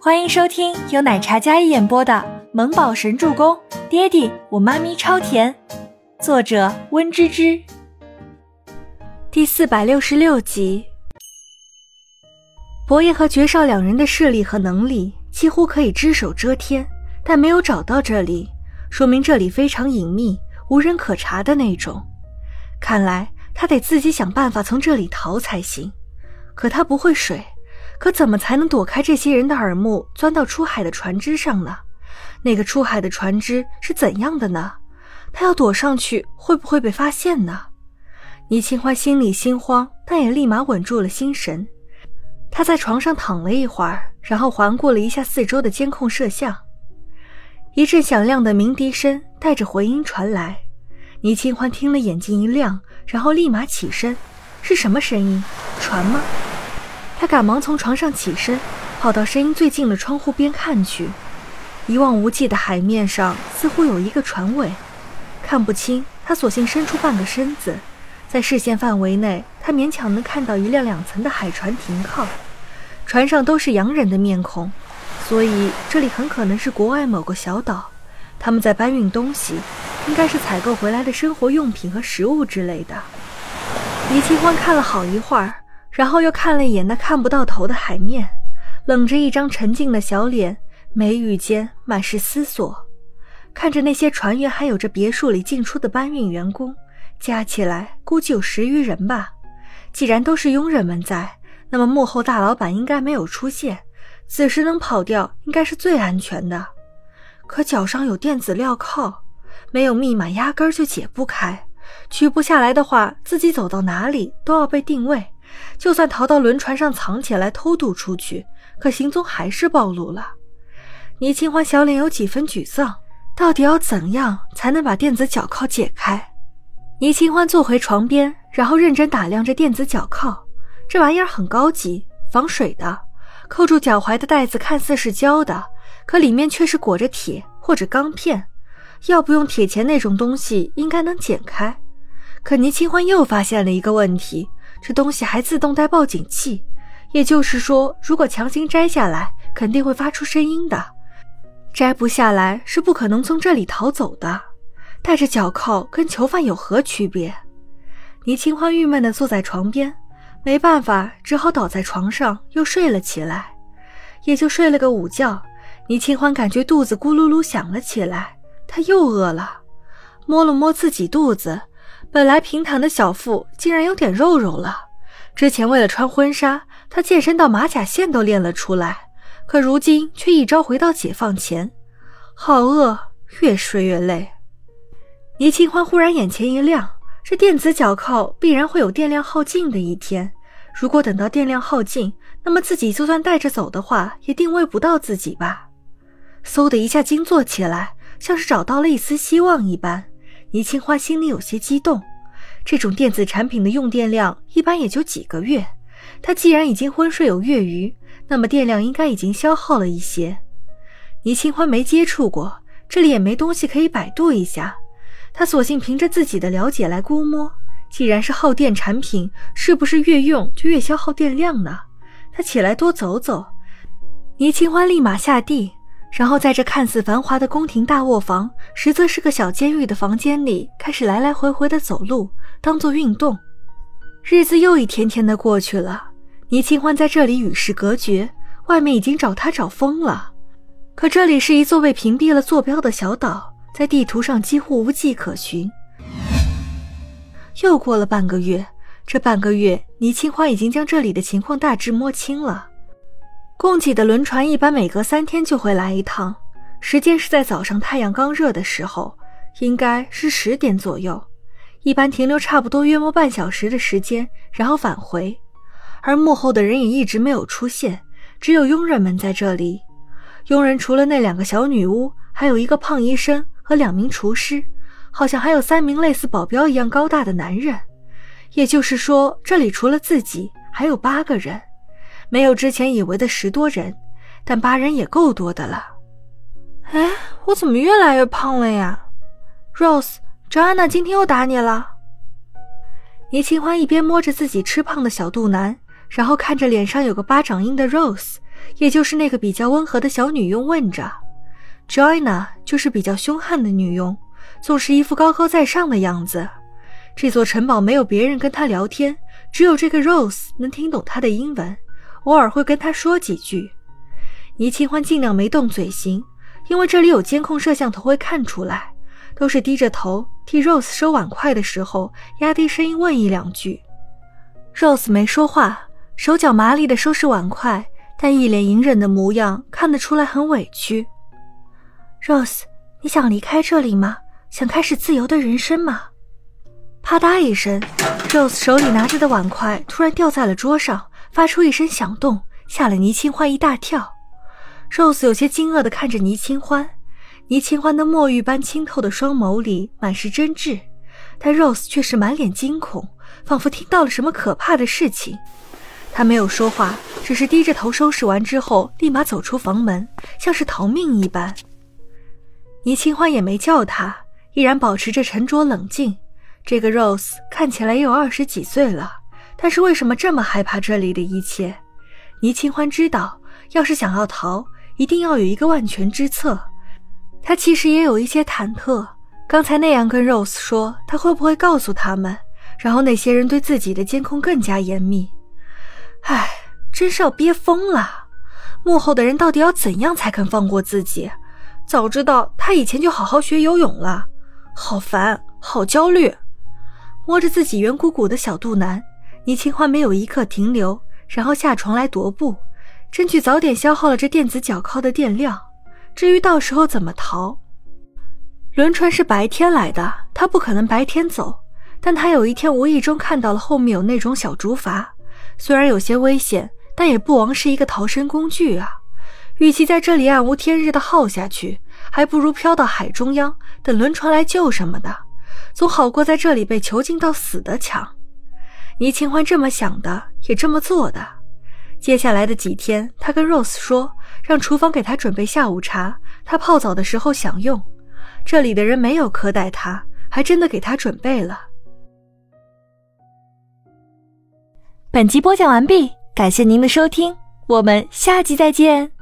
欢迎收听由奶茶嘉一演播的《萌宝神助攻》，爹地我妈咪超甜，作者温芝芝。第466集。伯爷和爵少两人的势力和能力几乎可以只手遮天，但没有找到这里，说明这里非常隐秘，无人可查的那种。看来他得自己想办法从这里逃才行。可他不会水，可怎么才能躲开这些人的耳目，钻到出海的船只上呢？那个出海的船只是怎样的呢？他要躲上去，会不会被发现呢？倪清欢心里心慌，但也立马稳住了心神。他在床上躺了一会儿，然后环顾了一下四周的监控摄像。一阵响亮的鸣笛声带着回音传来，倪清欢听了眼睛一亮，然后立马起身。是什么声音？船吗？他赶忙从床上起身，跑到声音最近的窗户边看去。一望无际的海面上似乎有一个船尾，看不清，他索性伸出半个身子，在视线范围内，他勉强能看到一辆2层的海船停靠，船上都是洋人的面孔，所以这里很可能是国外某个小岛，他们在搬运东西，应该是采购回来的生活用品和食物之类的。倪清欢看了好一会儿，然后又看了一眼那看不到头的海面，冷着一张沉静的小脸，眉宇间满是思索。看着那些船员还有这别墅里进出的搬运员工，加起来估计有10余人吧。既然都是佣人们在，那么幕后大老板应该没有出现，此时能跑掉应该是最安全的。可脚上有电子镣铐，没有密码压根儿就解不开，取不下来的话，自己走到哪里都要被定位，就算逃到轮船上藏起来偷渡出去，可行踪还是暴露了。倪清欢小脸有几分沮丧，到底要怎样才能把电子脚铐解开？倪清欢坐回床边，然后认真打量着电子脚铐，这玩意儿很高级，防水的，扣住脚踝的带子看似是胶的，可里面却是裹着铁或者钢片，要不用铁钳那种东西应该能剪开。可倪清欢又发现了一个问题，这东西还自动带报警器，也就是说如果强行摘下来肯定会发出声音的，摘不下来是不可能从这里逃走的。戴着脚铐跟囚犯有何区别？倪清欢郁闷地坐在床边，没办法，只好倒在床上又睡了起来。也就睡了个午觉，倪清欢感觉肚子咕噜噜响了起来，她又饿了，摸了摸自己肚子，本来平坦的小腹竟然有点肉肉了。之前为了穿婚纱，她健身到马甲线都练了出来，可如今却一朝回到解放前。好饿，越睡越累。倪清欢忽然眼前一亮，这电子脚铐必然会有电量耗尽的一天，如果等到电量耗尽，那么自己就算带着走的话，也定位不到自己吧。嗖的一下惊坐起来，像是找到了一丝希望一般。倪清欢心里有些激动，这种电子产品的用电量一般也就几个月，他既然已经昏睡有月余，那么电量应该已经消耗了一些。倪清欢没接触过，这里也没东西可以百度一下，他索性凭着自己的了解来估摸，既然是耗电产品，是不是越用就越消耗电量呢？他起来多走走。倪清欢立马下地，然后在这看似繁华的宫廷大卧房，实则是个小监狱的房间里，开始来来回回的走路，当作运动。日子又一天天的过去了，倪清欢在这里与世隔绝，外面已经找他找疯了。可这里是一座被屏蔽了坐标的小岛，在地图上几乎无迹可寻。又过了半个月，这半个月倪清欢已经将这里的情况大致摸清了。供给的轮船一般每隔3天就会来一趟，时间是在早上太阳刚热的时候，应该是10点左右，一般停留差不多约莫半小时的时间，然后返回。而幕后的人也一直没有出现，只有佣人们在这里。佣人除了那2个小女巫，还有一个胖医生和2名厨师，好像还有3名类似保镖一样高大的男人。也就是说，这里除了自己还有8个人，没有之前以为的10多人，但8人也够多的了。哎，我怎么越来越胖了呀？ Rose，Joanna 今天又打你了？倪清欢一边摸着自己吃胖的小肚腩，然后看着脸上有个巴掌印的 Rose， 也就是那个比较温和的小女佣问着。Joanna 就是比较凶悍的女佣，总是一副高高在上的样子。这座城堡没有别人跟她聊天，只有这个 Rose 能听懂她的英文，偶尔会跟她说几句。倪清欢尽量没动嘴型，因为这里有监控摄像头会看出来，都是低着头替 Rose 收碗筷的时候压低声音问一两句。Rose 没说话，手脚麻利地收拾碗筷，但一脸隐忍的模样看得出来很委屈。Rose， 你想离开这里吗？想开始自由的人生吗？啪嗒一声， Rose 手里拿着的碗筷突然掉在了桌上，发出一声响动，吓了倪清欢一大跳。Rose 有些惊愕地看着倪清欢，倪清欢的墨玉般清透的双眸里满是真挚，但 Rose 却是满脸惊恐，仿佛听到了什么可怕的事情。她没有说话，只是低着头收拾完之后立马走出房门，像是逃命一般。倪清欢也没叫她，依然保持着沉着冷静。这个 Rose 看起来也有20几岁了，但是为什么这么害怕这里的一切？倪清欢知道，要是想要逃，一定要有一个万全之策。她其实也有一些忐忑，刚才那样跟 Rose 说，她会不会告诉他们，然后那些人对自己的监控更加严密。唉，真是要憋疯了。幕后的人到底要怎样才肯放过自己？早知道她以前就好好学游泳了。好烦，好焦虑。摸着自己圆鼓鼓的小肚腩，倪清欢没有一刻停留，然后下床来踱步，争取早点消耗了这电子脚铐的电量。至于到时候怎么逃，轮船是白天来的，他不可能白天走，但他有一天无意中看到了后面有那种小竹筏，虽然有些危险，但也不枉是一个逃生工具啊。与其在这里暗无天日的耗下去，还不如飘到海中央，等轮船来救什么的，总好过在这里被囚禁到死的强。倪清欢这么想的，也这么做的。接下来的几天，他跟 Rose 说，让厨房给他准备下午茶，他泡澡的时候享用。这里的人没有苛待他，还真的给他准备了。本集播讲完毕，感谢您的收听，我们下集再见。